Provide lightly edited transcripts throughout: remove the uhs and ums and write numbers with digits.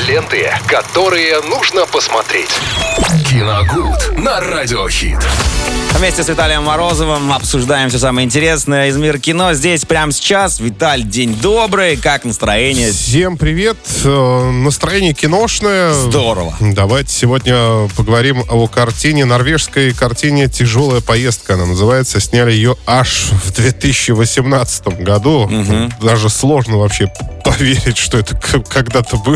Ленты, которые нужно посмотреть. Киногуд на Радиохит. Вместе с Виталием Морозовым обсуждаем все самое интересное из мира кино. Здесь прямо сейчас. Виталь, день добрый. Как настроение? Всем привет. Настроение киношное. Здорово. Давайте сегодня поговорим о картине, норвежской картине «Тяжелая поездка». Она называется. Сняли ее аж в 2018 году. Даже сложно вообще поверить, что это когда-то было.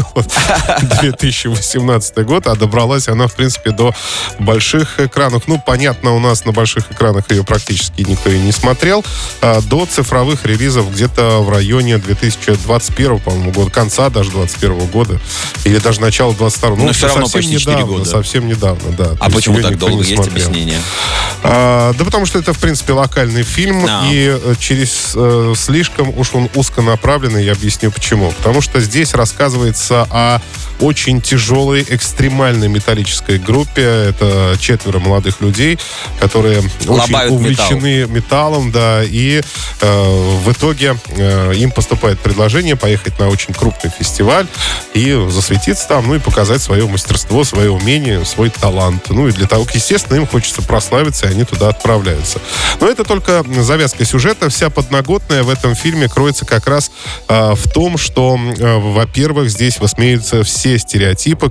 2018 год. А добралась она, в принципе, до больших экранов. Ну, понятно, у нас на больших экранах ее практически никто и не смотрел. До цифровых релизов где-то в районе 2021, по-моему, года. Конца даже 2021 года. Или даже начала 2022. Но все равно почти 4 года. Совсем недавно, да. А почему так долго? Есть объяснение? Да потому что это, в принципе, локальный фильм. И через слишком уж он узконаправленный. Я объясню почему. Потому что здесь рассказывается о очень тяжелой, экстремальной металлической группе. Это 4 молодых людей, которые очень увлечены металлом, да, и в итоге им поступает предложение поехать на очень крупный фестиваль и засветиться там, ну и показать свое мастерство, свое умение, свой талант. Ну и для того, естественно, им хочется прославиться, и они туда отправляются. Но это только завязка сюжета. Вся подноготная в этом фильме кроется как раз в том, что, во-первых, здесь высмеиваются все стереотипы,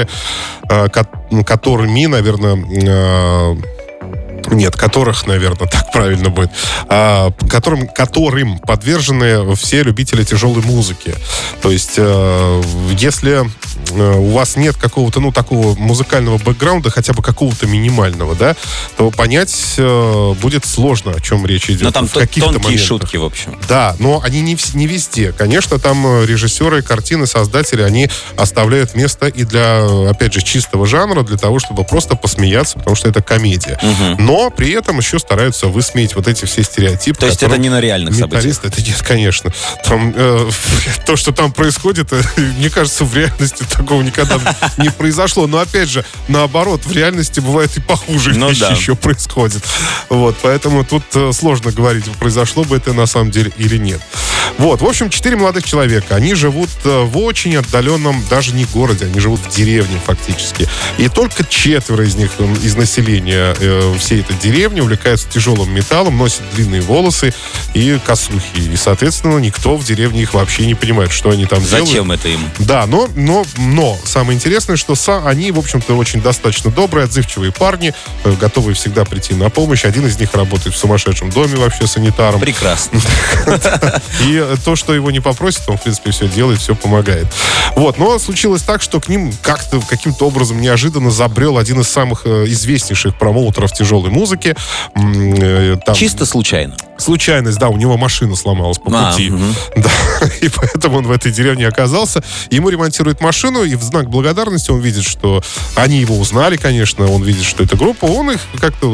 которыми, наверное, которых, наверное, так правильно будет, которым подвержены все любители тяжелой музыки. То есть, если у вас нет какого-то, такого музыкального бэкграунда, хотя бы какого-то минимального, да, то понять будет сложно, о чем речь идет. Но там тонкие моментах. Шутки, в общем. Да, но они не везде. Конечно, там режиссеры картины, создатели, они оставляют место и для, опять же, чистого жанра, для того, чтобы просто посмеяться, потому что это комедия. Но при этом еще стараются высмеять вот эти все стереотипы. То есть это не на реальных событиях? Это нет, конечно. Там, то, что там происходит, мне кажется, в реальности такого никогда не произошло. Но, опять же, наоборот, в реальности бывает и похуже вещи еще происходят. Вот, поэтому тут сложно говорить, произошло бы это на самом деле или нет. Вот, в общем, 4 молодых человека. Они живут в очень отдаленном, даже не городе, они живут в деревне фактически. И только 4 из них, из населения всей этой деревни, увлекаются тяжелым металлом, носят длинные волосы и косухи. И, соответственно, никто в деревне их вообще не понимает, что они там делают. Зачем это им? Да, но самое интересное, что они, в общем-то, очень достаточно добрые, отзывчивые парни, готовые всегда прийти на помощь. Один из них работает в сумасшедшем доме вообще санитаром. Прекрасно. И то, что его не попросит, он, в принципе, все делает, все помогает. Вот, но случилось так, что к ним каким-то образом неожиданно забрел один из самых известнейших промоутеров тяжелой музыки. Чисто случайно? Случайность, да, у него машина сломалась по пути. Да, и поэтому он в этой деревне оказался. Ему ремонтируют машину, и в знак благодарности он видит, что они его узнали, конечно, он видит, что это группа, он их как-то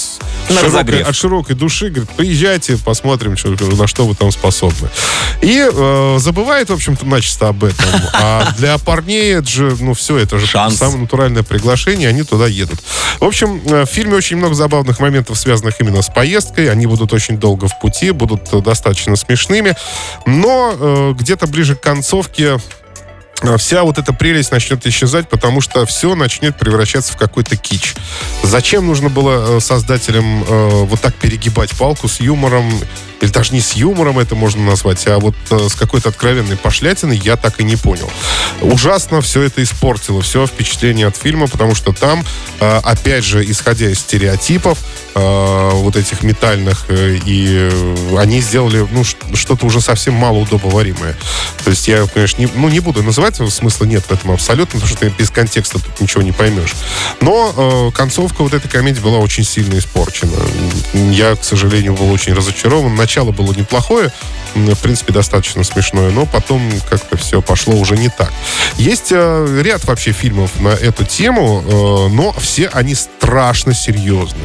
от широкой души говорит: приезжайте, посмотрим, на что вы там способны. И забывает, в общем-то, начисто об этом. А для парней это же, это же самое натуральное приглашение, они туда едут. В общем, в фильме очень много забавных моментов, связанных именно с поездкой. Они будут очень долго в пути, будут достаточно смешными. Но где-то ближе к концовке вся вот эта прелесть начнет исчезать, потому что все начнет превращаться в какой-то кич. Зачем нужно было создателям вот так перегибать палку с юмором? Или даже не с юмором это можно назвать, а вот с какой-то откровенной пошлятиной, я так и не понял. Ужасно все это испортило, все впечатление от фильма, потому что там, опять же, исходя из стереотипов, вот этих метальных, и они сделали, что-то уже совсем малоудобоваримое. То есть я, конечно, не буду называть, смысла нет в этом абсолютно, потому что без контекста тут ничего не поймешь. Но концовка вот этой комедии была очень сильно испорчена. Я, к сожалению, был очень разочарован. Начало было неплохое, в принципе, достаточно смешное, но потом как-то все пошло уже не так. Есть ряд вообще фильмов на эту тему, но все они страшно серьезные.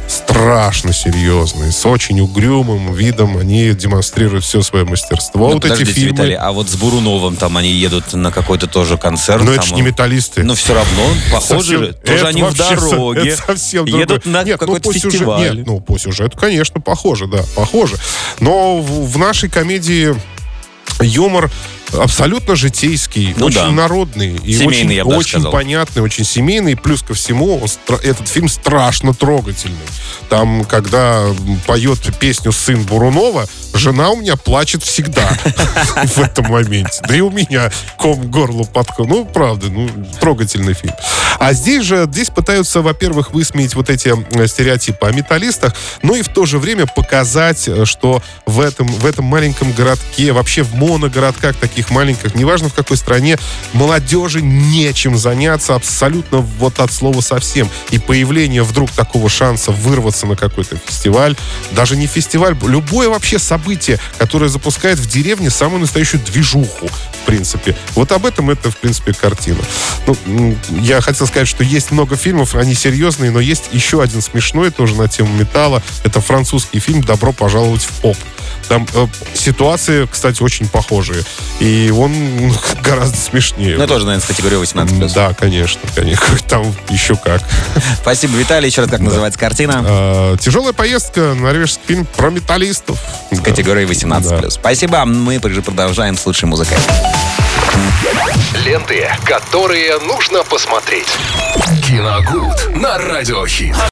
С очень угрюмым видом они демонстрируют все свое мастерство. Вот эти фильмы. Виталий, а вот с Буруновым там они едут на какой-то тоже концерт. Но это же не металлисты. Но все равно, похоже же. Тоже они в дороге. Это совсем едут на какой-то фестиваль. Нет, по сюжету, конечно, похоже, да, похоже. Но в нашей комедии юмор абсолютно житейский, очень народный и семейный, очень понятный, очень семейный. Плюс ко всему, этот фильм страшно трогательный. Там, когда поет песню сын Бурунова, жена у меня плачет всегда в этом моменте. Да и у меня ком к горлу подходит. Ну, правда, трогательный фильм. А здесь пытаются, во-первых, высмеять вот эти стереотипы о металлистах, но и в то же время показать, что в этом маленьком городке, вообще в моногородках таких маленьких, неважно в какой стране, молодежи нечем заняться абсолютно вот от слова совсем. И появление вдруг такого шанса вырваться на какой-то фестиваль, даже не фестиваль, любое вообще событие, которое запускает в деревне самую настоящую движуху, в принципе. Вот об этом это, в принципе, картина. Я хотел сказать, что есть много фильмов, они серьезные, но есть еще один смешной, тоже на тему металла. Это французский фильм «Добро пожаловать в поп». Там ситуации, кстати, очень похожие. И он гораздо смешнее. Ну, тоже, наверное, с категорией 18+. Да, конечно. Там еще как. Спасибо, Виталий. Еще раз, как называется картина? «Тяжелая поездка», норвежский фильм про металлистов. С категорией 18+. Да. Спасибо. Мы продолжаем с лучшей музыкой. Ленты, которые нужно посмотреть. Киногуд на Радио Хит.